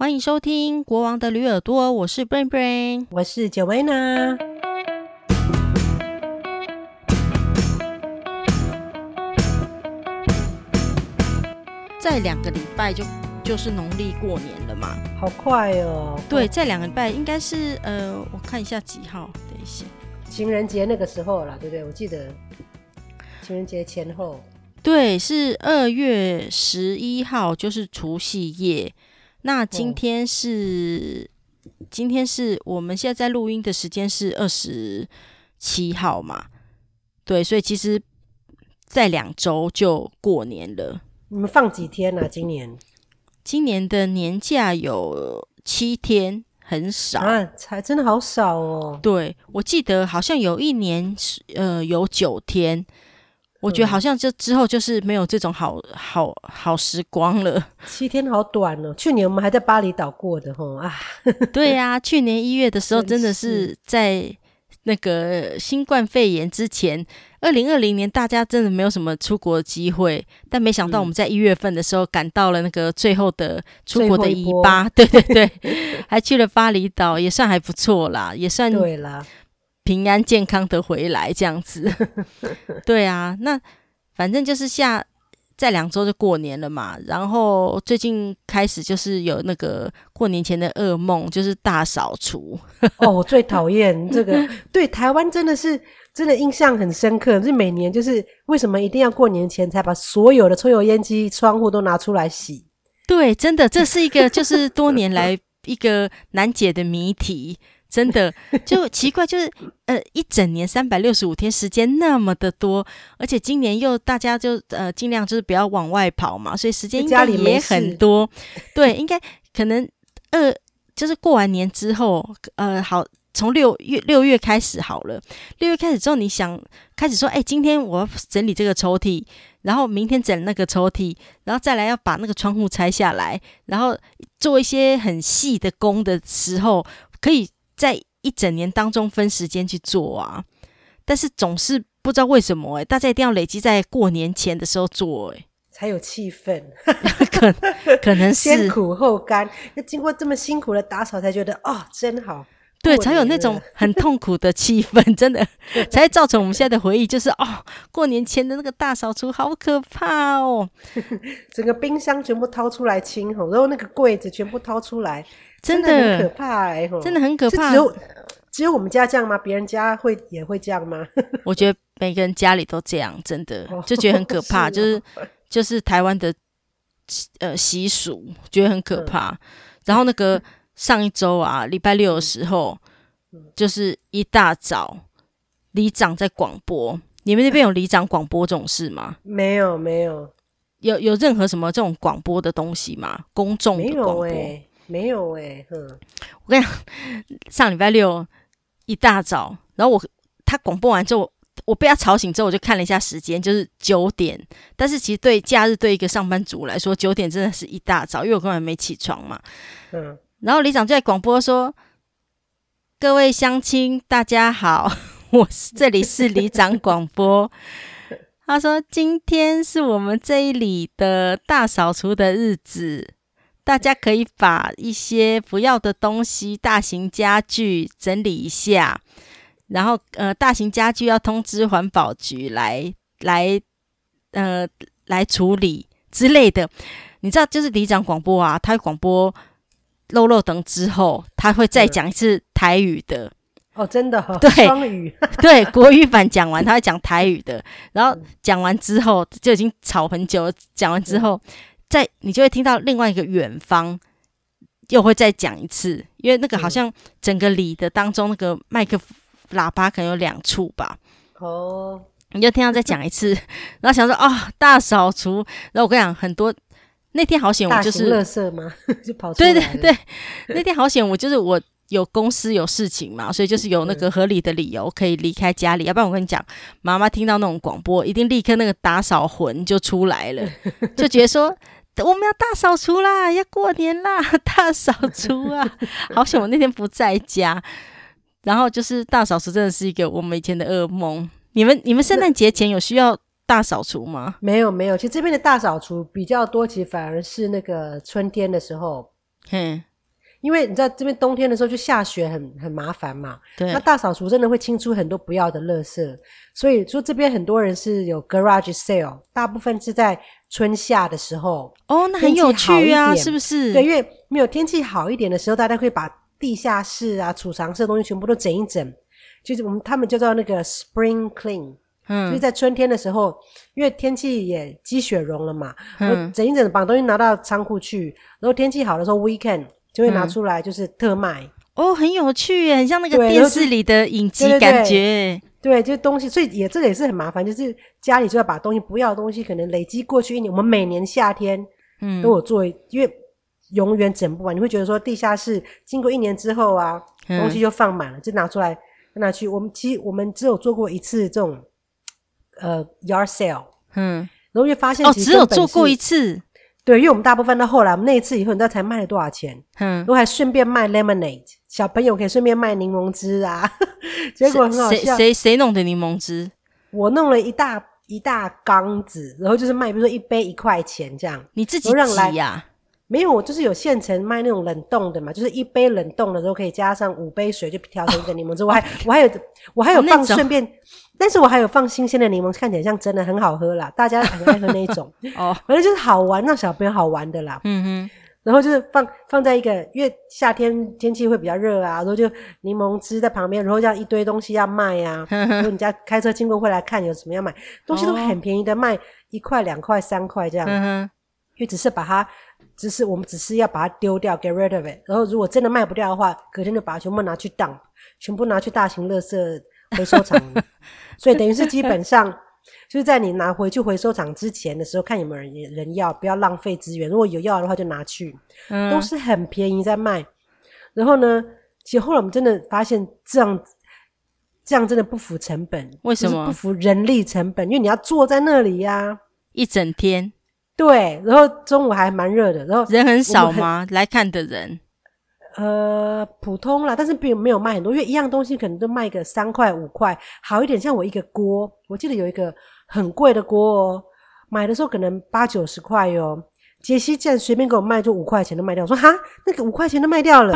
欢迎收听国王的驴耳朵，我是 Brain Brain， 我是九维娜。 再2个礼拜就是农历过年了嘛， 好快哦。 对，再2个礼拜应该是我看一下几号，等一下， 情人节那个时候啦，对不对？我记得情人节前后。 对，是2月11号，就是除夕夜。那今天是我们现在在录音的时间是27号嘛？对，所以其实再2周就过年了。 你们放几天啊？今年的年假有7天，很少啊，才真的好少哦。 对，我记得好像有一年有9天。我觉得好像就之后就是没有这种好时光了。 7天好短哦。去年我们还在巴厘岛过的吼啊。 对啊，去年1月的时候真的是在那个新冠肺炎之前，2020年大家真的没有什么出国的机会，但没想到我们在1月份的时候赶到了那个最后的出国的尾巴，对对对，还去了巴厘岛，也算还不错啦，也算对啦。 平安健康的回来这样子。对啊，那反正就是再2周就过年了嘛，然后最近开始就是有那个过年前的噩梦，就是大扫除。 哦，我最讨厌这个。对，台湾真的印象很深刻，是每年就是为什么一定要过年前才把所有的抽油烟机窗户都拿出来洗。 对，真的这是一个就是多年来一个难解的谜题。真的就奇怪，就是一整年365天时间那么的多，而且今年又大家就尽量就是不要往外跑嘛，所以时间应该也很多。对，应该可能就是过完年之后好，从6月开始好了。6月开始之后，你想开始说，今天我要整理这个抽屉，然后明天整那个抽屉，然后再来要把那个窗户拆下来，然后做一些很细的工的时候，可以在一整年当中分时间去做啊，但是总是不知道为什么大家一定要累积在过年前的时候做才有气氛。 可能是先苦后甘，要经过这么辛苦的打扫才觉得哦真好。 对，才有那种很痛苦的气氛。真的才会造成我们现在的回忆，就是过年前的那个大扫除好可怕哦。 整个冰箱全部掏出来清，然后那个柜子全部掏出来， 真的很可怕真的很可怕。 只有我们家这样吗？别人家也会这样吗？ 我觉得每个人家里都这样，真的就觉得很可怕。就是台湾的习俗，觉得很可怕。然后那个上一周啊，礼拜6的时候，就是一大早里长在广播。你们那边有里长广播这种事吗？ 没有。 有任何什么这种广播的东西吗？公众的广播没有我跟你讲，上礼拜6一大早，然后他广播完之后，我被他吵醒之后，我就看了一下时间，就是9点。但是其实对假日对一个上班族来说，9点真的是一大早，因为我根本没起床嘛。然后里长就在广播说：“各位乡亲，大家好，这里是里长广播。”他说：“今天是我们这一里的大扫除的日子。”大家可以把一些不要的东西，大型家具整理一下，然后大型家具要通知环保局来处理之类的。你知道，就是里长广播啊，他会广播漏等之后，他会再讲一次台语的。 真的对， 双语。 对，国语版讲完，他会讲台语的，然后讲完之后就已经吵很久了，讲完之后。你就会听到另外一个远方又会再讲一次，因为那个好像整个里的当中那个麦克喇叭可能有2处吧。你就听到再讲一次，然后想说大扫除。然后我跟你讲，很多那天好险，我就是大型垃圾吗？就跑出来了。 对，那天好险，我有公司有事情嘛，所以就是有那个合理的理由可以离开家里。要不然我跟你讲，妈妈听到那种广播，一定立刻那个打扫魂就出来了，就觉得说。我们要大扫除啦，要过年啦，大扫除啊！好险我那天不在家，然后就是大扫除真的是一个我们以前的噩梦。你们圣诞节前有需要大扫除吗？ 没有，其实这边的大扫除比较多，其实反而是那个春天的时候。 因为你知道这边冬天的时候就下雪很麻烦嘛， 对， 那大扫除真的会清出很多不要的垃圾，所以说这边很多人是有 garage sale， 大部分是在春夏的时候。 哦，那很有趣啊，是不是？ 对，因为没有天气好一点的时候，大家会把地下室啊储藏室的东西全部都整一整，就是他们叫做那个 spring clean，就是在春天的时候，因为天气也积雪融了嘛，整一整把东西拿到仓库去，然后天气好的时候 weekend 就会拿出来就是特卖。 哦，很有趣耶，很像那个电视里的影集感觉。 对，就东西，所以这个也是很麻烦，就是家里就要把东西不要的东西可能累积过去一年，我们每年夏天都有做，因为永远整不完，你会觉得说地下室经过一年之后啊，东西就放满了，就拿出来拿去。我们只有做过一次这种yard sale， 然后就发现其实只有做过一次。 对，因为我们大部分到后来，我们那一次以后，你知道才卖了多少钱？然后还顺便卖 lemonade， 小朋友可以顺便卖柠檬汁啊，结果很好笑。 谁弄的柠檬汁？ 我弄了一大缸子，然后就是卖，比如说一杯1块钱这样。 你自己挤呀？ 没有，我就是有现成卖那种冷冻的嘛，就是一杯冷冻的都可以加上5杯水就调成一个柠檬汁。我还有放顺便。但是我还有放新鲜的柠檬，看起来像真的很好喝啦，大家很爱喝那一种。反正就是好玩，让小朋友好玩的啦。然后就是放在一个，因为夏天天气会比较热啊，然后就柠檬汁在旁边，然后这样一堆东西要卖啊。然后你家开车经过会来看有什么要买，东西都很便宜的，卖1块、2块、3块这样。因为我们只是要把它丢掉 ，get rid of it。然后如果真的卖不掉的话，隔天就把它全部拿去dump，全部拿去大型垃圾回收厂。所以等于是基本上就是在你拿回去回收厂之前的时候，看有没有人要，不要浪费资源。如果有要的话就拿去，都是很便宜在卖。然后呢，其实后来我们真的发现这样真的不符成本。 为什么？ 就是不符人力成本，因为你要坐在那里啊， 一整天。 对，然后中午还蛮热的，然后人很少吗？来看的人？ 普通啦，但是并没有卖很多，因为一样东西可能都卖个3块5块，好一点。像我一个锅，我记得有一个很贵的锅哦，买的时候可能80-90块哦，杰西竟然随便给我卖就5块钱就卖掉。我说哈，那个5块钱都卖掉了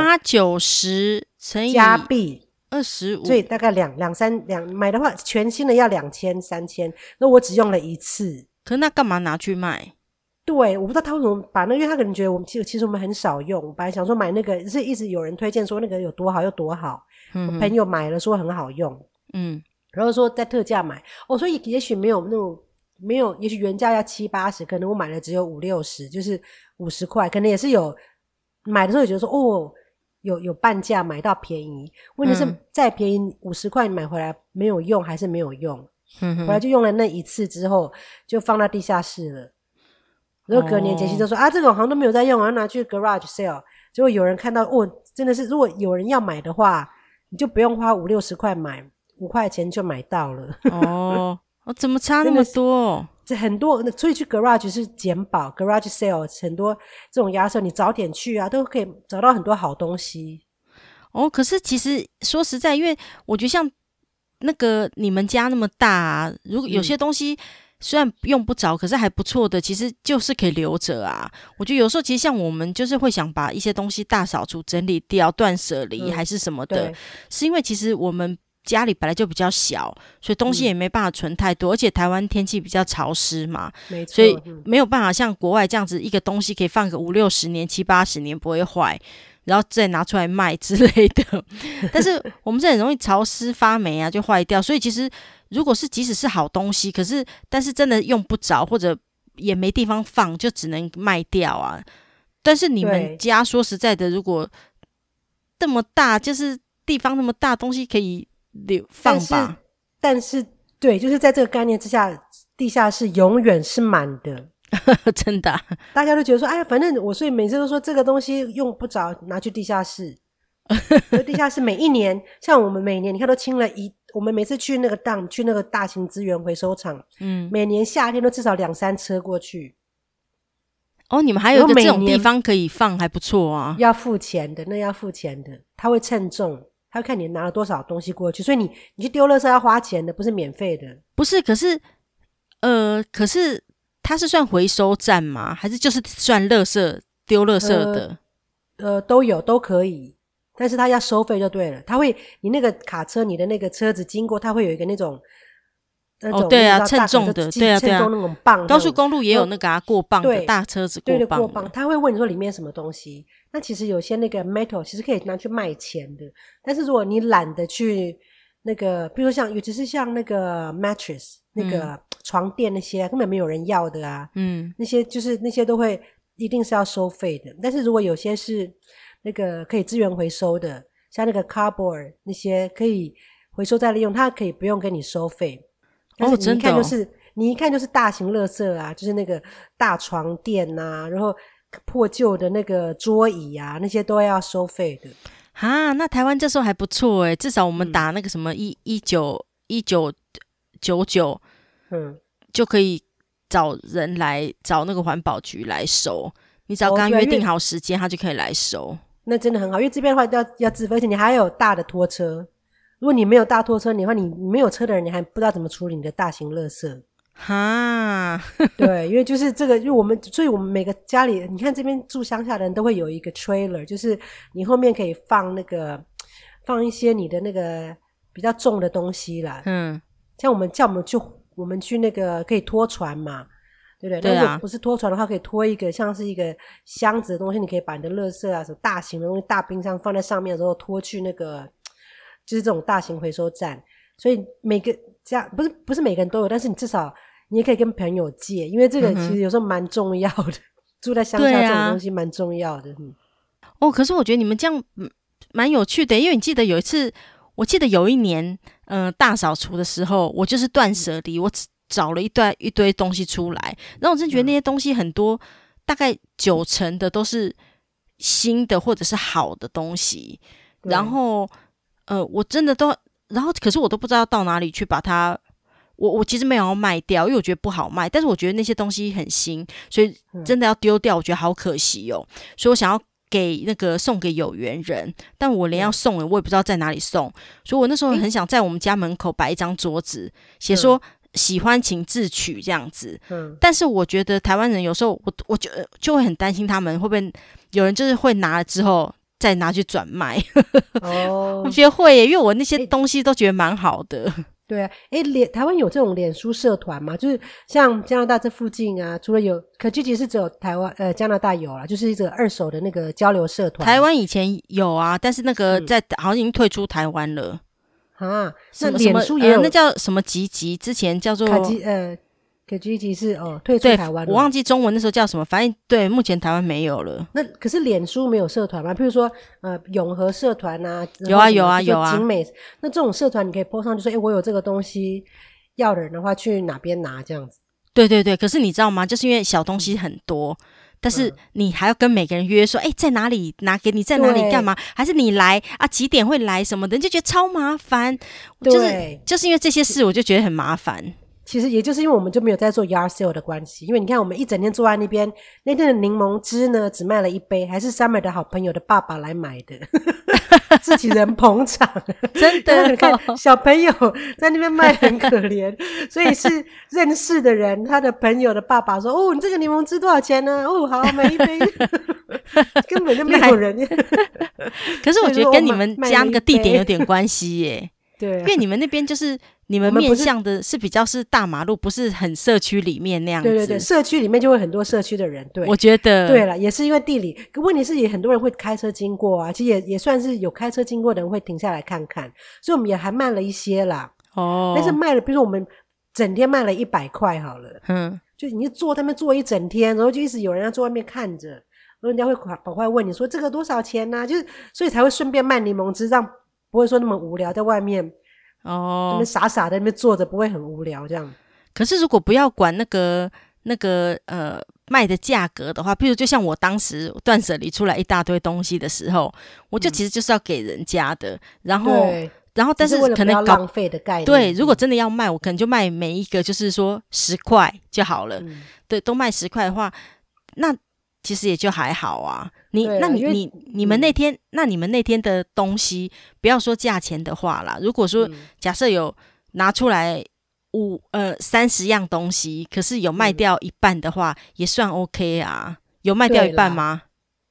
，80-90乘以加币 25， 所以大概两买的话全新的要2000、3000，那我只用了一次。 可那干嘛拿去卖？ 对，我不知道他为什么把那个，因为他可能觉得我们其实我们很少用。我本来想说买那个，是一直有人推荐说那个有多好有多好，我朋友买了说很好用，然后说在特价买，所以也许没有那种也许原价要70-80，可能我买了只有50-60，就是50块，可能也是有买的时候也觉得说有半价买到便宜。问题是再便宜50块买回来没有用，还是没有用。回来就用了那一次之后，就放到地下室了。然后隔年杰西就说这个好像都没有在用，拿去 garage sale。结果有人看到真的是，如果有人要买的话，你就不用花50-60块买，5块钱就买到了。 怎么差那么多？ 这很多，所以去 garage 是捡宝 ，garage sale 很多这种sale，你早点去啊，都可以找到很多好东西。 可是其实说实在，因为我觉得像那个你们家那么大啊，如果有些东西虽然用不着，可是还不错的，其实就是可以留着啊。我觉得有时候其实像我们就是会想把一些东西大扫除整理掉，断舍离还是什么的，是因为其实我们家里本来就比较小，所以东西也没办法存太多，而且台湾天气比较潮湿嘛，所以没有办法像国外这样子一个东西可以放个50-60年、70-80年不会坏，然后再拿出来卖之类的。但是我们这很容易潮湿发霉啊，就坏掉。所以其实如果是即使是好东西，但是真的用不着或者也没地方放，就只能卖掉啊。但是你们家说实在的，如果这么大，就是地方那么大，东西可以放吧。 但是对，就是在这个概念之下，地下室永远是满的。 真的大家都觉得说反正所以每次都说这个东西用不着拿去地下室。地下室每一年，像我们每年你看都清了我们每次去那个去那个大型资源回收厂，每年夏天都至少2-3车过去。 你们还有一个这种地方可以放，还不错啊。 要付钱的，要付钱的，他会称重，他会看你拿了多少东西过去，所以你去丢垃圾要花钱的，不是免费的。 不是，可是它是算回收站吗？还是就是算丢垃圾的？ 都有都可以，但是他要收费就对了。他会，你那个卡车，你的那个车子经过，他会有一个那种对啊，称重的，对啊， 称重那种磅。 高速公路也有那个过磅的大车子过磅。 对的，过磅，他会问你说里面什么东西。那其实有些那个 metal 其实可以拿去卖钱的，但是如果你懒得去那个，比如说像，尤其是像那个 mattress 那个床垫那些，根本没有人要的啊。那些就是那些都会一定是要收费的。但是如果有些是那个可以资源回收的，像那个 cardboard 那些可以回收再利用，它可以不用跟你收费。但是你一看就是你一看就是大型垃圾啊，就是那个大床垫啊，然后破旧的那个桌椅啊，那些都要收费的。 那台湾这时候还不错欸，至少我们打那个什么1999就可以找人来找那个环保局来收，你只要刚约定好时间，他就可以来收。 那真的很好，因为这边的话要自费，而且你还有大的拖车。如果你没有大拖车，你没有车的人，你还不知道怎么处理你的大型垃圾。对，因为就是这个，因为所以我们每个家里，你看这边住乡下的人都会有一个 trailer， 就是你后面可以放一些你的那个比较重的东西啦。像我们去那个可以拖船嘛，对不对？ 对啊。 如果不是拖船的话，可以拖一个像是一个箱子的东西，你可以把你的垃圾啊，什么大型的东西、大冰箱放在上面的时候，拖去那个就是这种大型回收站。所以每个家不是每个人都有，但是你至少你也可以跟朋友借，因为这个其实有时候蛮重要的。住在乡下这种东西蛮重要的。 可是我觉得你们这样蛮有趣的，因为你记得有一次，我记得有一年大扫除的时候，我就是断舍离，我找了一堆东西出来，然后我真觉得那些东西很多，大概90%的都是新的或者是好的东西，然后我真的都，然后可是我都不知道到哪里去把它，我其实没有要卖掉，因为我觉得不好卖，但是我觉得那些东西很新，所以真的要丢掉，我觉得好可惜哦，所以我想要送给有缘人，但我连要送我也不知道在哪里送，所以我那时候很想在我们家门口摆一张桌子，写说喜欢请自取这样子。但是我觉得台湾人有时候我就会很担心他们会不会有人就是会拿了之后再拿去转卖。我觉得会耶，因为我那些东西都觉得蛮好的。 对啊，台湾有这种脸书社团吗？就是像加拿大这附近啊，除了有Kijiji是只有加拿大有啦，就是一个二手的那个交流社团。 台湾以前有啊，但是那个好像已经退出台湾了。 那脸书也有， 那叫什么集之前叫做 Kijiji 是退出台湾了， 我忘记中文那时候叫什么，反正对，目前台湾没有了。 那可是脸书没有社团吗？譬如说永和社团啊， 有啊景美，那这种社团你可以 po 上就说我有这个东西，要的人的话去哪边拿这样子。 对，可是你知道吗？就是因为小东西很多，但是你还要跟每个人约说在哪里拿给你，在哪里干嘛，还是你来啊几点会来什么的，你就觉得超麻烦。就是因为这些事我就觉得很麻烦。 其实也就是因为我们就没有在做 yard sale 的关系，因为你看我们一整天坐在那边，那天的柠檬汁呢只卖了1杯，还是 Summer 的好朋友的爸爸来买的。自己人捧场。 真的。 你看小朋友在那边卖很可怜，所以是认识的人，他的朋友的爸爸说你这个柠檬汁多少钱呢？好买1杯。根本就没有人。 可是我觉得跟你们家那个地点有点关系耶。 对， 因为你们那边就是你们面向的是比较是大马路，不是很社区里面那样子。 对，社区里面就会很多社区的人。对， 我觉得对了，也是因为地理。可问题是也很多人会开车经过啊，其实也算是有开车经过的人会停下来看看，所以我们也还卖了一些啦。但是卖了，比如说我们整天卖了100块好了，就你坐他们坐一整天，然后就一直有人要坐外面看着，然后人家会赶快问你说这个多少钱啊，就是所以才会顺便卖柠檬汁，让不会说那么无聊，在外面那边傻傻在那边坐着，不会很无聊这样。 可是如果不要管那个卖的价格的话，譬如就像我当时断舍离出来一大堆东西的时候，我就其实就是要给人家的，然后但是可能浪费的概念。 对，如果真的要卖，我可能就卖每一个就是说10块就好了。对，都卖10块的话，那其实也就还好啊。你们那天，那你们那天的东西，不要说价钱的话啦，如果说假设有拿出来30样东西，可是有卖掉一半的话，也算 OK 啊。有卖掉一半吗？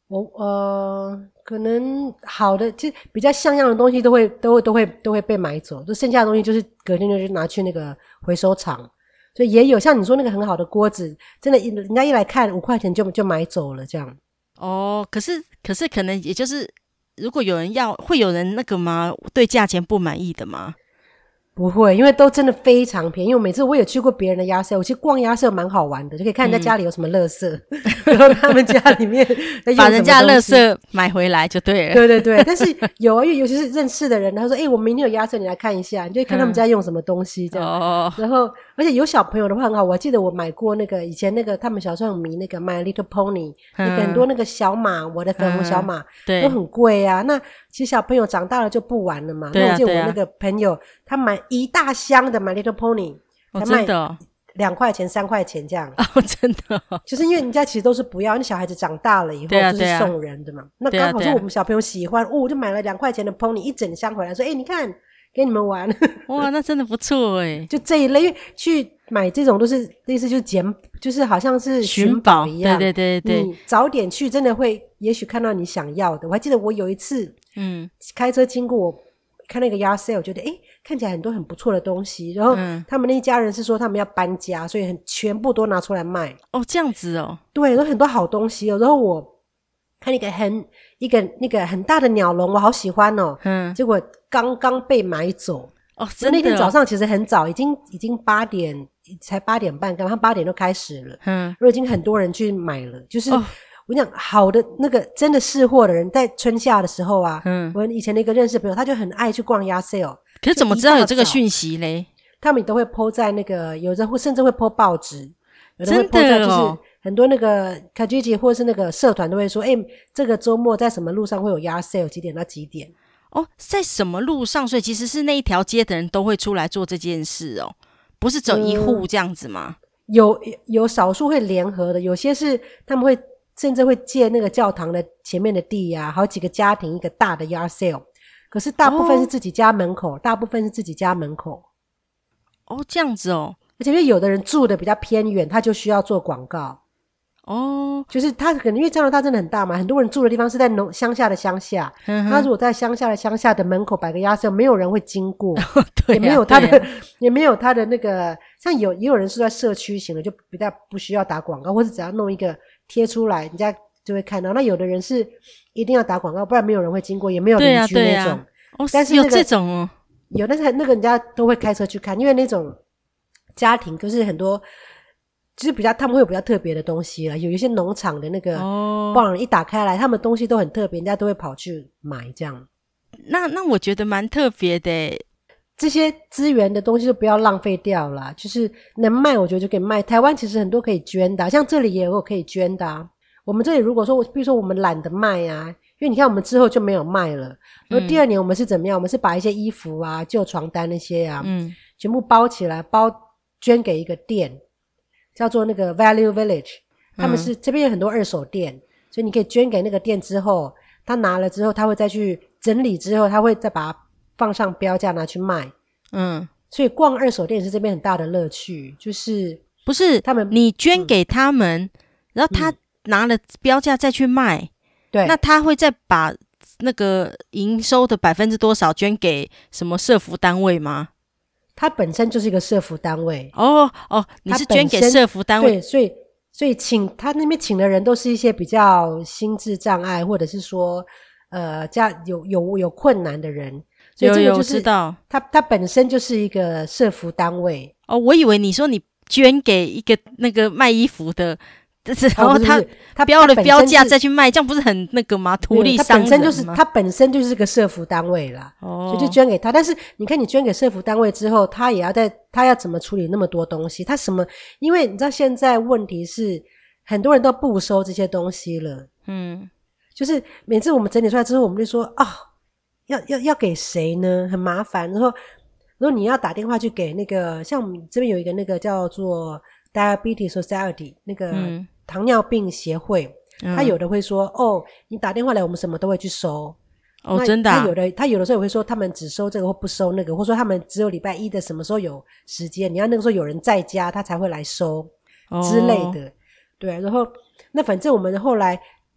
可能好的，就比较像样的东西都会被买走，就剩下的东西就是隔天就拿去那个回收厂。所以也有像你说那个很好的锅子，真的人家一来看5块钱就买走了这样。 可是可能也就是如果有人要，会有人那个吗？对价钱不满意的吗？ 不会，因为都真的非常便宜。因为每次我也去过别人的鸭舍，我去逛鸭舍蛮好玩的，就可以看人家家里有什么垃圾，然后他们家里面在用什么东西， 把人家垃圾买回来就对了。对对对，但是有啊，因为尤其是认识的人，他说：“我明天有鸭舍，你来看一下。”你就看他们家用什么东西这样。然后，而且有小朋友的话很好，我还记得我买过那个以前那个他们小时候很迷那个 My Little Pony，那个很多那个小马，我的粉红小马都很贵啊。那其实小朋友长大了就不玩了嘛。那我记得我那个朋友他买一大箱的 My Little Pony， 真的 2块钱3块钱这样。 真的就是因为人家其实都是不要，那小孩子长大了以后就是送人的嘛。那刚好是我们小朋友喜欢，我就买了2块钱的 Pony 一整箱回来，说你看给你们玩。 哇，那真的不错就这一类，因为去买这种都是类似就是好像是寻宝一样。 对， 你早点去真的会也许看到你想要的。我还记得我有一次开车经过，我看那个 yard sale， 我觉得看起来很多很不错的东西，然后他们那一家人是说他们要搬家，所以全部都拿出来卖。 这样子对，有很多好东西然后我看一个那个很大的鸟笼，我好喜欢结果刚刚被买走。 真的那天早上其实很早，已经8点，才8点半，刚刚8点就开始了。然后已经很多人去买了，就是我讲好的那个真的是货的人，在春夏的时候啊，我以前的一个认识的朋友，他就很爱去逛yard sale。 可是怎么知道有这个讯息嘞？ 他们都会 po 在那个，有的甚至会 po 报纸，有的会 po 在就是很多那个 Kijiji 或是那个社团都会说，这个周末在什么路上会有yard sale，几点到几点。 在什么路上？所以其实是那一条街的人都会出来做这件事不是只有一户这样子吗？ 有少数会联合的，有些是他们会甚至会借那个教堂的前面的地啊，好几个家庭一个大的 yard sale。可是大部分是自己家门口，大部分是自己家门口。 这样子而且因为有的人住的比较偏远，他就需要做广告。就是他可能因为加拿大真的很大嘛，很多人住的地方是在乡下的乡下。他如果在乡下的门口摆个yard sale，没有人会经过。对也没有他的那个，像也有人是在社区型的，就比较不需要打广告，或是只要弄一个贴出来，人家就会看到。那有的人是一定要打广告，不然没有人会经过，也没有邻居那种。 但是有这种有，但是那个人家都会开车去看，因为那种家庭就是很多。就是他们会有比较特别的东西啦，有一些农场的那个barn一打开来，他们东西都很特别，人家都会跑去买这样。 那我觉得蛮特别的这些资源的东西就不要浪费掉啦，就是能卖我觉得就可以卖。台湾其实很多可以捐的像这里也有可以捐的我们这里如果说比如说我们懒得卖因为你看我们之后就没有卖了。然后第2年我们是怎么样？我们是把一些衣服啊、旧床单那些全部包起来，捐给一个店。叫做那个 Value Village， 他们是这边有很多二手店，所以你可以捐给那个店之后，他拿了之后，他会再去整理之后，他会再把它放上标价拿去卖。所以逛二手店是这边很大的乐趣，就是不是他们你捐给他们，然后他拿了标价再去卖，对，那他会再把那个营收的多少捐给什么社福单位吗？ 它本身就是一个社福单位你是捐给社福单位， 对，所以他那边请的人都是一些比较心智障碍，或者是说有困难的人，所以这个就是知道它本身就是一个社福单位。 我以为你说你捐给一个那个卖衣服的。然后他标了标价再去卖，这样不是很那个吗？图利商人吗？ 他本身就是个社福单位啦，所以就捐给他。但是你看，你捐给社福单位之后，他要怎么处理那么多东西？他什么？因为你知道现在问题是很多人都不收这些东西了，就是每次我们整理出来之后，我们就说要给谁呢？很麻烦。然后如果你要打电话去给那个，像我们这边有一个那个叫做 Diabetes Society 那个。糖尿病协会，他有的会说你打电话来我们什么都会去收真的他有的时候也会说他们只收这个或不收那个，或说他们只有礼拜1的什么时候有时间，你要那个时候有人在家他才会来收之类的对，然后那反正我们后来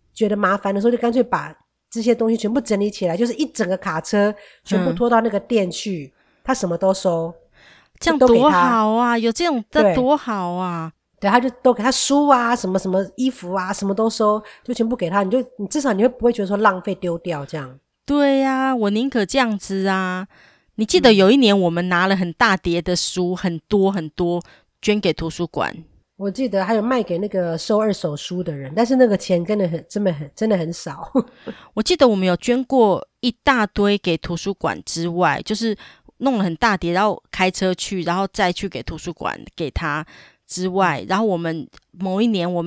觉得麻烦的时候，就干脆把这些东西全部整理起来，就是一整个卡车全部拖到那个店去，他什么都收， 这样多好啊！有这种这多好啊！ 对，他就都给他书啊，什么什么衣服啊，什么都收，就全部给他。你至少你会不会觉得说浪费丢掉这样？ 对啊，我宁可这样子啊。你记得有一年我们拿了很大叠的书，很多很多，捐给图书馆。 我记得还有卖给那个收二手书的人，但是那个钱真的很少。 我记得我们有捐过一大堆给图书馆之外，就是弄了很大叠，然后开车去，然后再去给图书馆给他之外，然后我们某一年某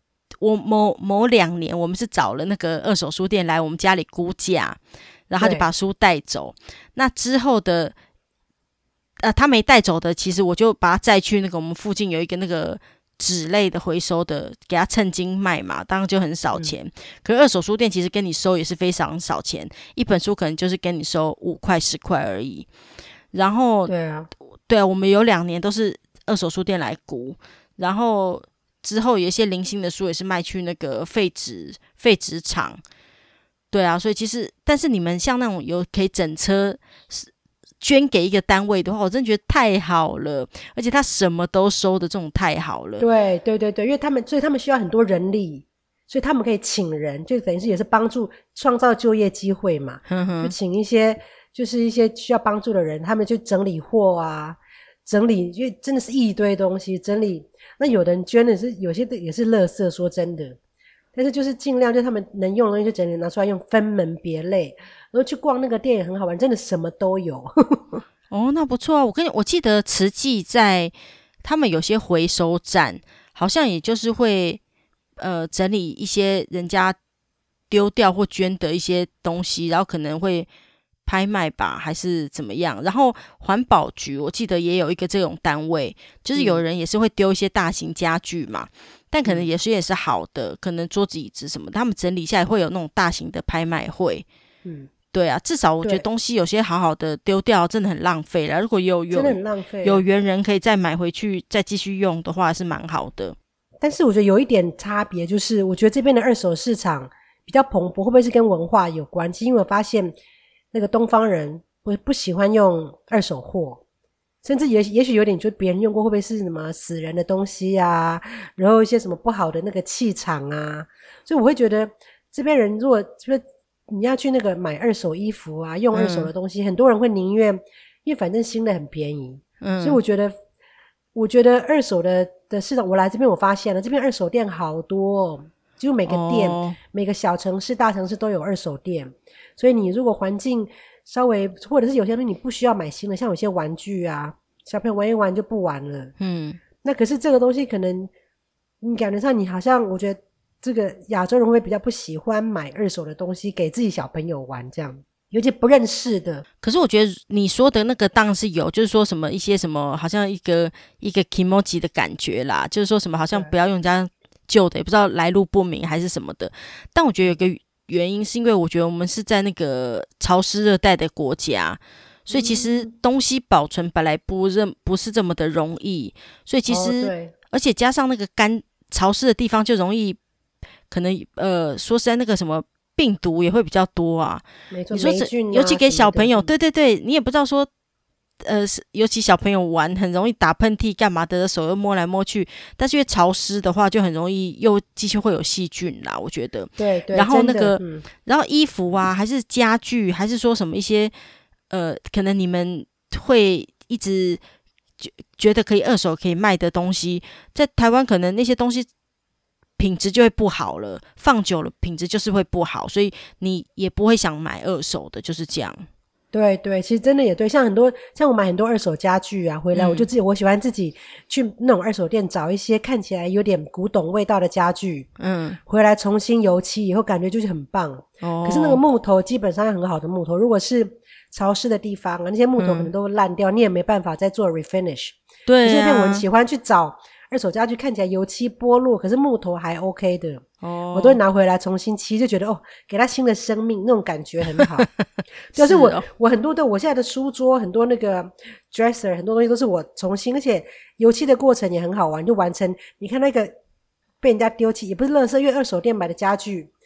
2年，我们是找了那个二手书店来我们家里估价，然后他就把书带走。那之后的他没带走的，其实我就把他载去那个我们附近有一个那个纸类的回收的，给他称斤卖嘛，当然就很少钱。可是二手书店其实跟你收也是非常少钱，一本书可能就是跟你收5块10块而已。然后对啊，我们有2年都是二手书店来估，然后之后有一些零星的书也是卖去那个废纸厂。对啊，所以其实但是你们像那种有可以整车捐给一个单位的话，我真的觉得太好了，而且他什么都收的这种太好了。 对，因为所以他们需要很多人力，所以他们可以请人，就等于是也是帮助创造就业机会嘛。就请一些需要帮助的人，他们去整理货啊，整理，因为真的是一堆东西整理。那有的人捐的是有些也是垃圾，说真的。但是就是尽量就他们能用的东西就整理拿出来用，分门别类。然后去逛那个店也很好玩，真的什么都有。 哦，那不错啊！我记得慈济在他们有些回收站，好像也就是会整理一些人家丢掉或捐的一些东西，然后可能会拍卖吧，还是怎么样。然后环保局我记得也有一个这种单位，就是有人也是会丢一些大型家具嘛，但可能也是好的，可能桌子椅子什么的，他们整理下来会有那种大型的拍卖会。对啊，至少我觉得东西有些好好的丢掉真的很浪费啦，如果真的很浪费，有缘人可以再买回去再继续用的话是蛮好的。 但是我觉得有一点差别，就是我觉得这边的二手市场比较蓬勃，会不会是跟文化有关？其实因为我发现那个东方人不喜欢用二手货，甚至也许有点就别人用过会不会是什么死人的东西啊，然后一些什么不好的那个气场啊，所以我会觉得这边人如果就是你要去那个买二手衣服啊，用二手的东西，很多人会宁愿，因为反正新的很便宜。所以我觉得二手的市场，我来这边我发现了，这边二手店好多几乎每个店，每个小城市大城市都有二手店。所以你如果环境稍微，或者是有些东西你不需要买新的，像有些玩具啊，小朋友玩一玩就不玩了。那可是这个东西可能你感觉上你好像，我觉得这个亚洲人会比较不喜欢买二手的东西给自己小朋友玩，这样尤其不认识的。 可是我觉得你说的那个当然是有，就是说什么一些什么好像一个 kimoji 的感觉啦，就是说什么好像不要用人家旧的，也不知道来路不明还是什么的。但我觉得有个原因是因为我觉得我们是在那个潮湿热带的国家，所以其实东西保存本来不是这么的容易，所以其实而且加上那个潮湿的地方就容易可能说实在那个什么病毒也会比较多啊。 没错， 你说尤其给小朋友，对，你也不知道说尤其小朋友玩很容易打喷嚏干嘛的，手又摸来摸去，但是因为潮湿的话就很容易又继续会有细菌啦，我觉得。 对， 然后那个然后衣服啊还是家具还是说什么一些可能你们会一直觉得可以二手可以卖的东西，在台湾可能那些东西品质就会不好了，放久了品质就是会不好，所以你也不会想买二手的，就是这样。 对，其实真的也对，像我买很多二手家具啊，回来我就我喜欢自己去那种二手店找一些看起来有点古董味道的家具，回来重新油漆以后感觉就是很棒。可是那个木头基本上很好的木头，如果是潮湿的地方啊，那些木头可能都烂掉，你也没办法再做 refinish。对啊，可是我很喜欢去找二手家具看起来油漆剥落，可是木头还 OK 的，我都会拿回来重新漆，就觉得给它新的生命，那种感觉很好。就是我很多的我现在的书桌，很多那个 dresser， 很多东西都是我重新，而且油漆的过程也很好玩，就完成。你看那个被人家丢弃，也不是垃圾，因为二手店买的家具，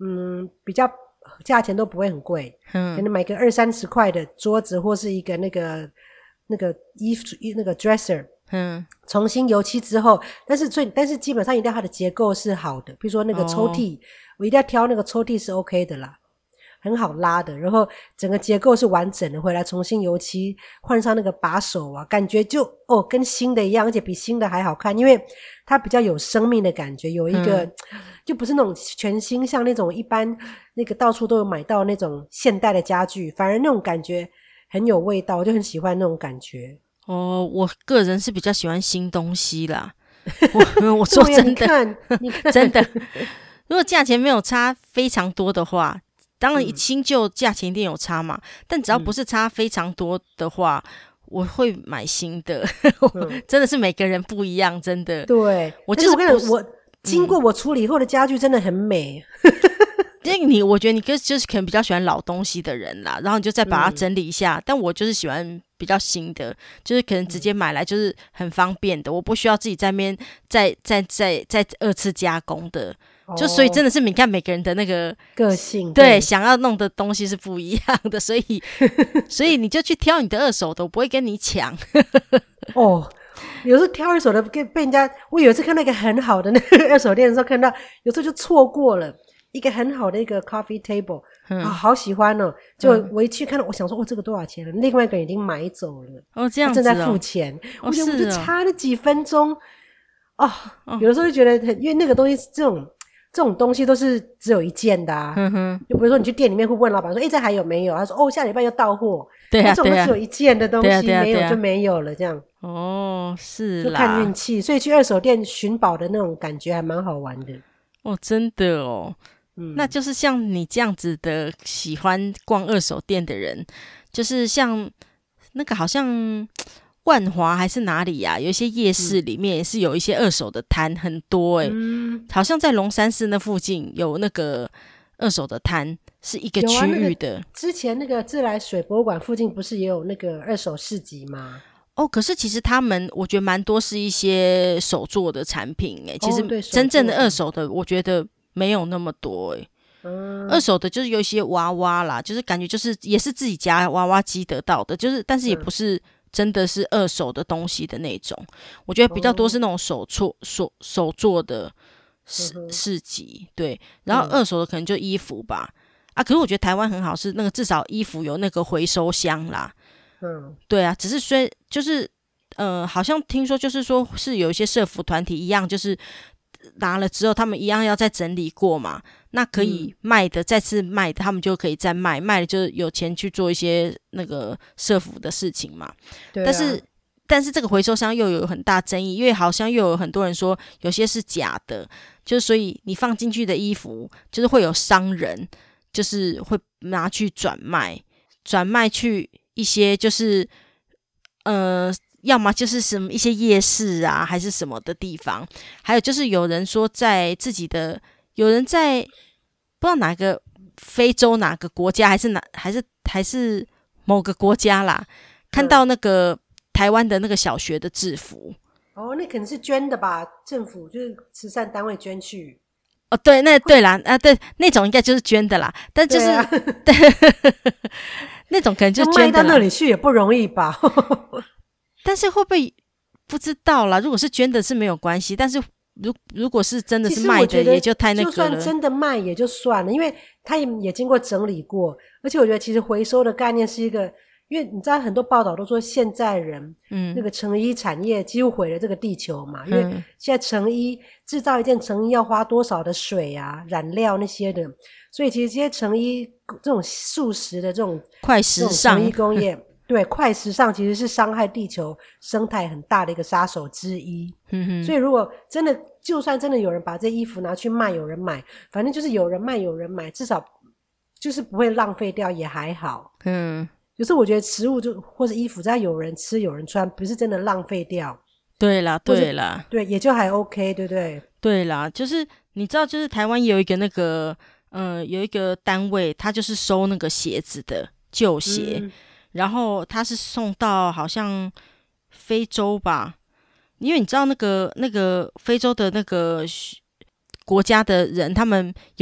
比较价钱都不会很贵，可能买个20-30块的桌子或是一个那个衣服那个 dresser，重新油漆之后，但是基本上一定要它的结构是好的，比如说那个抽屉，我一定要挑那个抽屉是 OK 的啦，很好拉的，然后整个结构是完整的，回来重新油漆，换上那个把手啊，感觉就跟新的一样，而且比新的还好看，因为它比较有生命的感觉，有一个就不是那种全新，像那种一般那个到处都有买到那种现代的家具，反而那种感觉很有味道，我就很喜欢那种感觉。 我个人是比较喜欢新东西啦。我说真的， 你看真的，如果价钱没有差非常多的话，当然新旧价钱一定有差嘛，但只要不是差非常多的话，我会买新的。真的是每个人不一样，真的。 对， 我就是我经过我处理以后的家具真的很美。 我觉得你就是可能比较喜欢老东西的人啦，然后你就再把它整理一下。但我就是喜欢比较新的，就是可能直接买来就是很方便的，我不需要自己在那边再二次加工的。就所以真的是你看每个人的那个个性， 对，想要弄的东西是不一样的，所以你就去挑你的二手的，我不会跟你抢。 有时候挑二手的被人家，我有一次看到一个很好的那个二手店的时候，看到有时候就错过了一个很好的一个 coffee table，好喜欢哦！就我一去看到，我想说这个多少钱了？另外一个人已经买走了， 这样子正在付钱，我觉得我就差了几分钟有的时候就觉得因为那个东西这种东西都是只有一件的啊。就比如说你去店里面会问老板说这还有没有，他说下礼拜又到货。 对啊， 这种都只有一件的东西，没有就没有了，这样。 是啦， 就看运气，所以去二手店寻宝的那种感觉还蛮好玩的。 真的那就是像你这样子的喜欢逛二手店的人，就是像那个好像万华还是哪里啊，有一些夜市里面也是有一些二手的摊，很多好像在龙山寺那附近有那个二手的摊，是一个区域的。 那个之前那个自来水博物馆附近不是也有那个二手市集吗？ 可是其实他们我觉得蛮多是一些手做的产品其实真正的二手的我觉得没有那么多二手的就是有一些娃娃啦，就是感觉就是也是自己家娃娃机得到的，就是但是也不是真的是二手的东西的那种，我觉得比较多是那种手做的市集。对，然后二手的可能就衣服吧。可是我觉得台湾很好，是那个至少衣服有那个回收箱啦。对啊，只是就是好像听说就是说是有一些社服团体一样，就是拿了之后他们一样要再整理过嘛，那可以卖的再次卖的他们就可以再卖了就有钱去做一些那个社服的事情嘛。对啊，但是这个回收箱又有很大争议，因为好像又有很多人说有些是假的，就是所以你放进去的衣服就是会有商人就是会拿去转卖去一些就是要么就是什么一些夜市啊还是什么的地方，还有就是有人说在自己的有人在不知道哪个非洲哪个国家还是某个国家啦，看到那个台湾的那个小学的制服。 那可能是捐的吧，政府就是慈善单位捐去。 对，那对啦对，那种应该就是捐的啦，但就是对那种可能就捐的啦， 卖到那里去也不容易吧。 但是会不会不知道啦，如果是捐的是没有关系，但是如果是真的是卖的也就太那个了。 就算真的卖也就算了，因为它也经过整理过，而且我觉得其实回收的概念是一个，因为你知道很多报道都说现在人那个成衣产业几乎毁了这个地球嘛，因为现在成衣制造一件成衣要花多少的水啊染料那些的，所以其实这些成衣这种速食的这种快时尚成衣工业对，快时尚其实是伤害地球生态很大的一个杀手之一。所以如果真的就算真的有人把这衣服拿去卖，有人买，反正就是有人卖有人买，至少就是不会浪费掉也还好。有时候我觉得食物或是衣服只要有人吃有人穿，不是真的浪费掉。 对啦对， 也就还 OK， 对不对？ 对啦，就是你知道就是台湾有一个那个有一个单位，他就是收那个鞋子的旧鞋，然后他是送到好像非洲吧，因为你知道那个非洲的那个国家的人，他们有些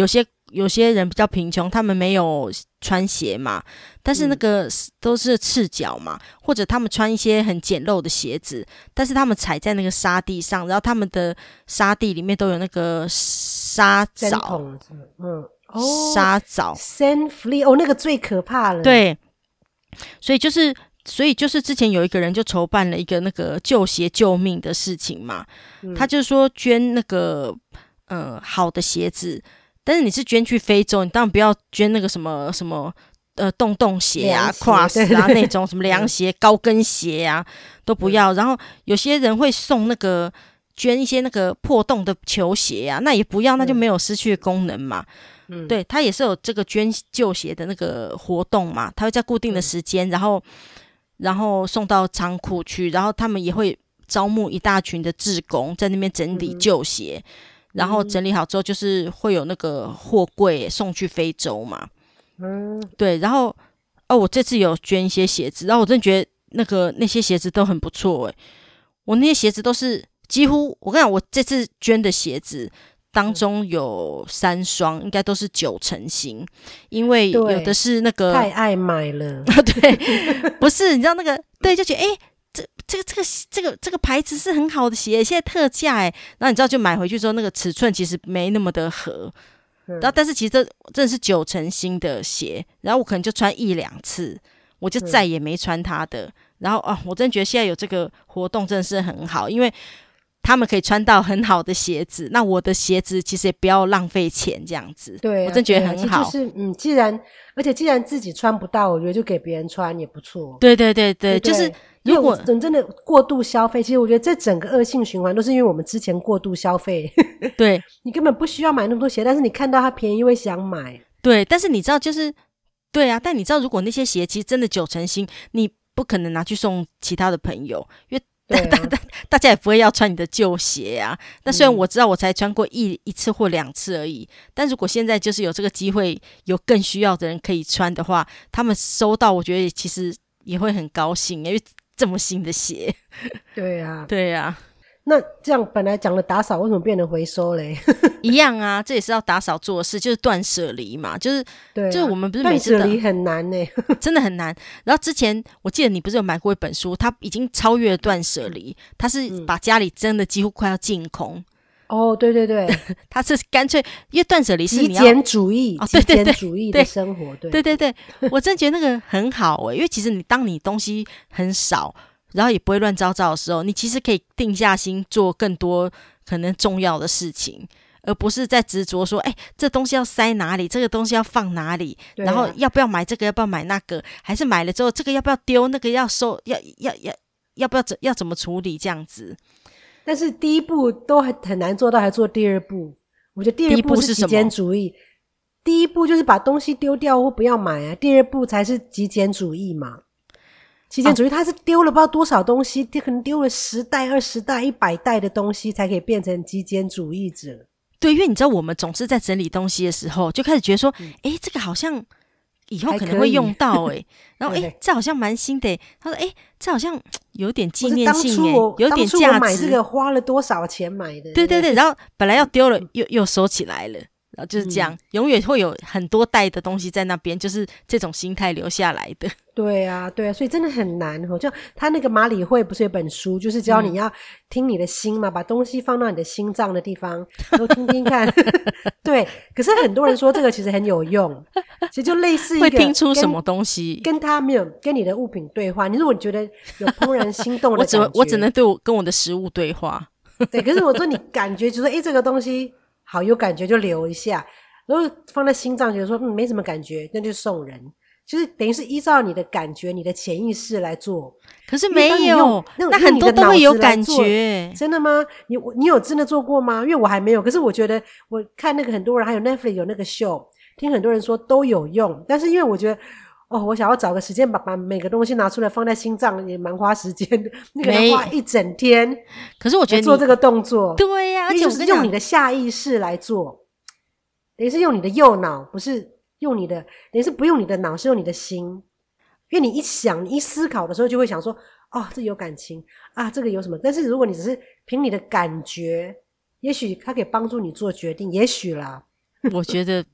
有些人比较贫穷，他们没有穿鞋嘛，但是那个都是赤脚嘛，或者他们穿一些很简陋的鞋子，但是他们踩在那个沙地上，然后他们的沙地里面都有那个沙藻，沙藻 sand flea 那个最可怕了。 对，所以就是之前有一个人就筹办了一个那个救鞋救命的事情嘛，他就说捐那个好的鞋子，但是你是捐去非洲，你当然不要捐那个什么洞鞋啊、cross 啊那种什么凉鞋、高跟鞋啊都不要。然后有些人会送那个捐一些那个破洞的球鞋啊，那也不要，那就没有失去功能嘛。对，他也是有这个捐旧鞋的那个活动嘛，他会在固定的时间，然后送到仓库去，然后他们也会招募一大群的志工在那边整理旧鞋，然后整理好之后就是会有那个货柜送去非洲嘛。对，然后我这次有捐一些鞋子，然后我真的觉得那些鞋子都很不错我那些鞋子都是几乎，我跟你讲，我这次捐的鞋子当中有3双，应该都是90%新，因为有的是那个太爱买了对，不是你知道那个对，就觉得这个牌子是很好的鞋，现在特价然后你知道就买回去之后，那个尺寸其实没那么的合，然后但是其实这真的是90%新的鞋，然后我可能就穿1-2次，我就再也没穿它的。然后我真的觉得现在有这个活动真的是很好，因为他们可以穿到很好的鞋子，那我的鞋子其实也不要浪费钱这样子。 对我真觉得很好。 就是既然自己穿不到，我觉得就给别人穿也不错。 对对对对，就是如果真的过度消费，其实我觉得这整个恶性循环都是因为我们之前过度消费。 对， 你根本不需要买那么多鞋，但是你看到它便宜会想买。 对，但是你知道就是对啊，但你知道如果那些鞋其实真的90%新，你不可能拿去送其他的朋友，因为大家也不会要穿你的旧鞋啊。那虽然我知道我才穿过一次或2次而已，但如果现在就是有这个机会，有更需要的人可以穿的话，他们收到我觉得其实也会很高兴，因为这么新的鞋。 对啊， 对啊。 那这样本来讲的打扫为什么变成回收嘞？ 一样啊，这也是要打扫做的事，就是断舍离嘛，就是我们不是每次断舍离很难真的很难。然后之前我记得你不是有买过一本书，它已经超越了断舍离，它是把家里真的几乎快要净空。 对对对， 它是干脆因为断舍离是你要极简主义， 对对对， 极简主义的生活， 对对对，我真觉得那个很好因为其实当你东西很少，然后也不会乱糟糟的时候，你其实可以定下心做更多可能重要的事情，而不是在执着说这东西要塞哪里，这个东西要放哪里，然后要不要买这个，要不要买那个，还是买了之后这个要不要丢，那个要收，要不要怎么处理这样子。 但是第一步都很难做到，还做第二步。我觉得第二步是极简主义，第一步就是把东西丢掉或不要买啊，第二步才是极简主义嘛。极简主义它是丢了不知道多少东西，可能丢了10袋、20袋、100袋的东西才可以变成极简主义者。 对，因为你知道我们总是在整理东西的时候就开始觉得说这个好像以后可能会用到然后这好像蛮新的他说这好像有点纪念性有点价值。 当初我买这个花了多少钱买的？ 对对对，然后本来要丢了又收起来了，然后就是这样，永远会有很多袋的东西在那边，就是这种心态留下来的。 对啊对啊，所以真的很难就他那个马里会不是有本书，就是教你要听你的心嘛，把东西放到你的心脏的地方都听听看。对，可是很多人说这个其实很有用，其实就类似一个会听出什么东西， 跟他没有跟你的物品对话。你如果觉得有怦然心动的感觉我只能跟我的食物对话。 对，可是我说你感觉就说这个东西好有感觉就留一下，如果放在心脏觉得说没什么感觉，那就送人，就是等于是依照你的感觉你的潜意识来做。 可是没有，那很多都会有感觉。 真的吗？你有真的做过吗？因为我还没有，可是我觉得我看那个很多人还有 Netflix 有那个秀，听很多人说都有用，但是因为我觉得我想要找个时间把每个东西拿出来放在心脏也蛮花时间的，那个人花一整天。 可是我觉得做这个动作， 对呀，而且就是用你的下意识来做，等于是用你的右脑，不是用你的，等于是不用你的脑，是用你的心。因为你一想你一思考的时候就会想说这有感情啊，这个有什么，但是如果你只是凭你的感觉，也许它可以帮助你做决定，也许啦。 我觉得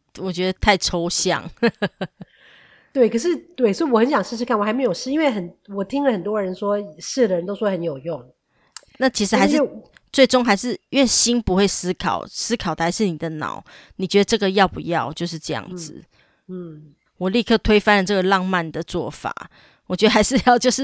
我觉得太抽象。 对，可是对，所以我很想试试看，我还没有试，因为我听了很多人说试的人都说很有用。 那其实还是最终还是因为心不会思考，思考的还是你的脑，你觉得这个要不要，就是这样子。我立刻推翻了这个浪漫的做法，我觉得还是要就是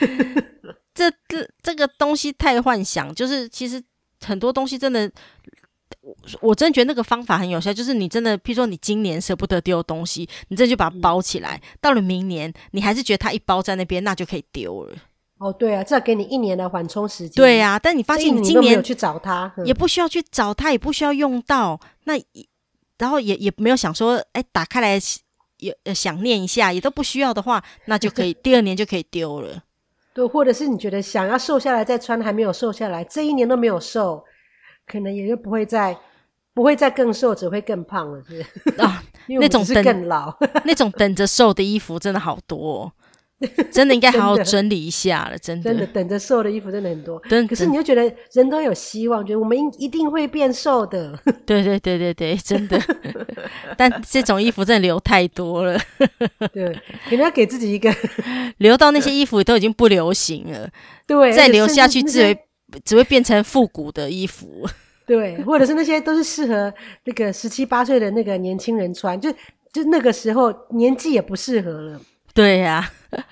这个东西太幻想，就是其实很多东西真的，我真的觉得那个方法很有效，就是你真的譬如说你今年舍不得丢东西，你真的就把它包起来，到了明年你还是觉得它一包在那边，那就可以丢了。 对啊，这要给你1年的缓冲时间。 对啊，但你发现你今年没有去找它， 也不需要去找它，也不需要用到，那然后也没有想说打开来想念一下，也都不需要的话，那就可以第2年就可以丢了。 对，或者是你觉得想要瘦下来再穿，还没有瘦下来，这1年都没有瘦，可能也就不会再更瘦，只会更胖了，是啊，因为我们只是更老。 那种等着瘦的衣服真的好多真的应该好好整理一下了，真的等着瘦的衣服真的很多。可是你就觉得人都有希望，觉得我们一定会变瘦的。 对，真的但这种衣服真的留太多了对，可能要给自己一个留到那些衣服都已经不流行了， 对， 再留下去只会变成复古的衣服。 对，或者是那些都是适合那个17、18岁的那个年轻人穿，就那个时候年纪也不适合了。 对呀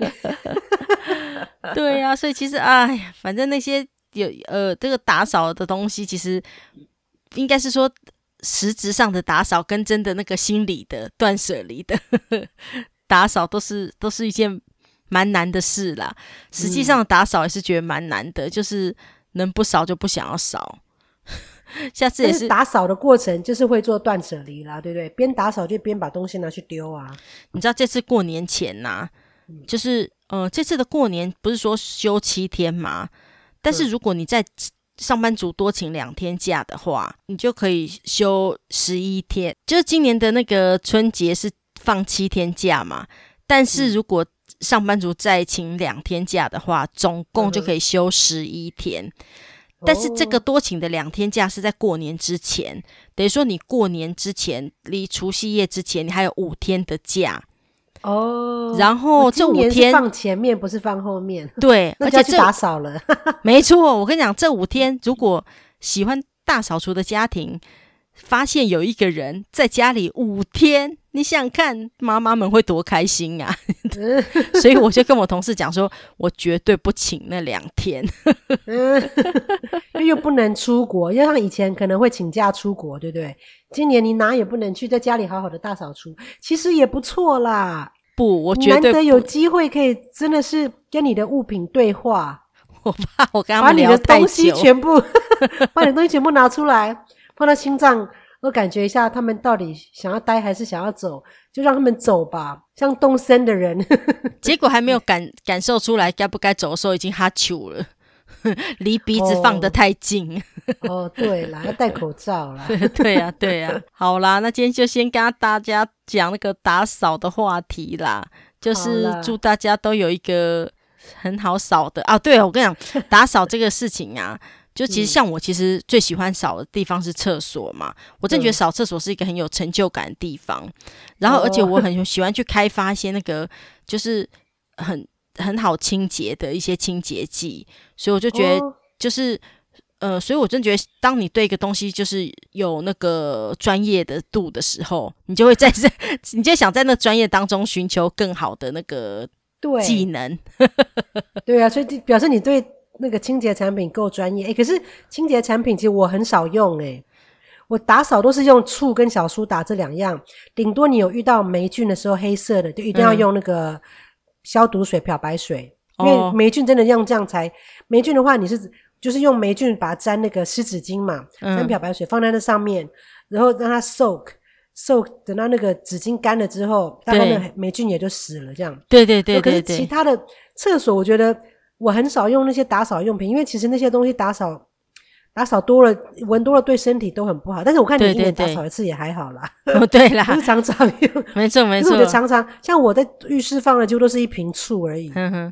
对呀，所以其实反正那些这个打扫的东西，其实应该是说实质上的打扫跟真的那个心理的断舍离的打扫都是一件蛮难的事啦。实际上打扫也是觉得蛮难的，就是能不扫就不想要扫。下次也是打扫的过程就是会做断舍离啦，对不对？边打扫就边把东西拿去丢啊。 你知道这次过年前就是这次的过年不是说休7天吗？但是如果你在上班族多请2天假的话，你就可以休11天。就是今年的那个春节是放7天假嘛，但是如果上班族再请2天假的话，总共就可以休11天。但是这个多请的2天假是在过年之前，等于说你过年之前离除夕夜之前你还有5天的假然后这5天今年是放前面不是放后面， 对， 那就要去打扫了没错，我跟你讲这5天如果喜欢大扫除的家庭发现有一个人在家里5天，你想想看妈妈们会多开心啊所以我就跟我同事讲说我绝对不请那2天因为又不能出国，要像以前可能会请假出国，对不对？今年你哪也不能去，在家里好好的大扫除，其实也不错啦。 不，我绝对不， 难得有机会可以真的是跟你的物品对话， 我怕我跟他们聊太久，把你的东西全部把你的东西全部拿出来放到心脏，我感觉一下他们到底想要待还是想要走，就让他们走吧，像动身的人结果还没有感受出来该不该走的时候已经哈啾了离鼻子放得太近对啦，要戴口罩啦对啊好啦，那今天就先跟大家讲那个打扫的话题啦，就是祝大家都有一个很好扫的对，我跟你讲打扫这个事情就其实像我其实最喜欢扫的地方是厕所嘛，我真的觉得扫厕所是一个很有成就感的地方然后而且我很喜欢去开发一些那个就是很好清洁的一些清洁剂，所以我就觉得就是所以我真的觉得当你对一个东西就是有那个专业的度的时候，你就会你就想在那专业当中寻求更好的那个技能对啊，所以表示你对那个清洁产品够专业可是清洁产品其实我很少用我打扫都是用醋跟小苏打这2样，顶多你有遇到霉菌的时候黑色的就一定要用那个消毒水漂白水因为霉菌真的用这样才霉菌的话你就是用霉菌把它沾那个湿纸巾嘛沾漂白水放在那上面然后让它 soak 等到那个纸巾干了之后大概那个霉菌也就死了这样对可是其他的厕所我觉得我很少用那些打扫用品因为其实那些东西打扫多了闻多了对身体都很不好但是我看你1年打扫1次也还好啦对啦不是常常用没错可是我觉得常常像我在浴室放的就都是一瓶醋而已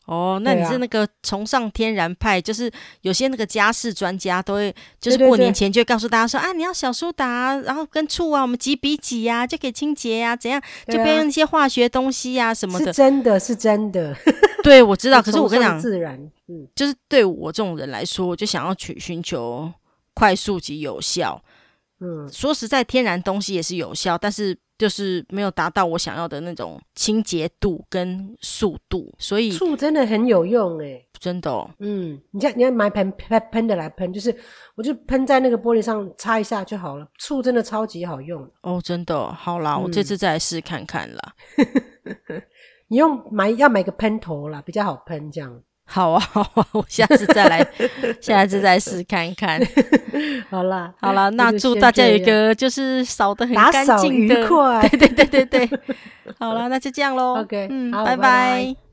哦，那你是那个崇尚天然派，就是有些那个家事专家都会，就是过年前就会告诉大家说，你要小苏打然后跟醋我们几比几就可以清洁怎样，就不要用那些化学东西什么的。 是真的是真的。 对，我知道。可是我跟你讲， 自然， 就是对我这种人来说，我就想要寻求快速及有效。说实在，天然东西也是有效，但是就是没有达到我想要的那种清洁度跟速度，所以醋真的很有用真的你要买喷的来喷，就是我就喷在那个玻璃上擦一下就好了。醋真的超级好用真的。好啦，我这次再来试看看啦。 你要买个喷头啦，比较好喷这样。 好啊，我下次再试看看。 好啦， 那祝大家有一个就是扫得很干净的， 打扫愉快。 对。好啦，那就这样咯。 OK， 拜拜。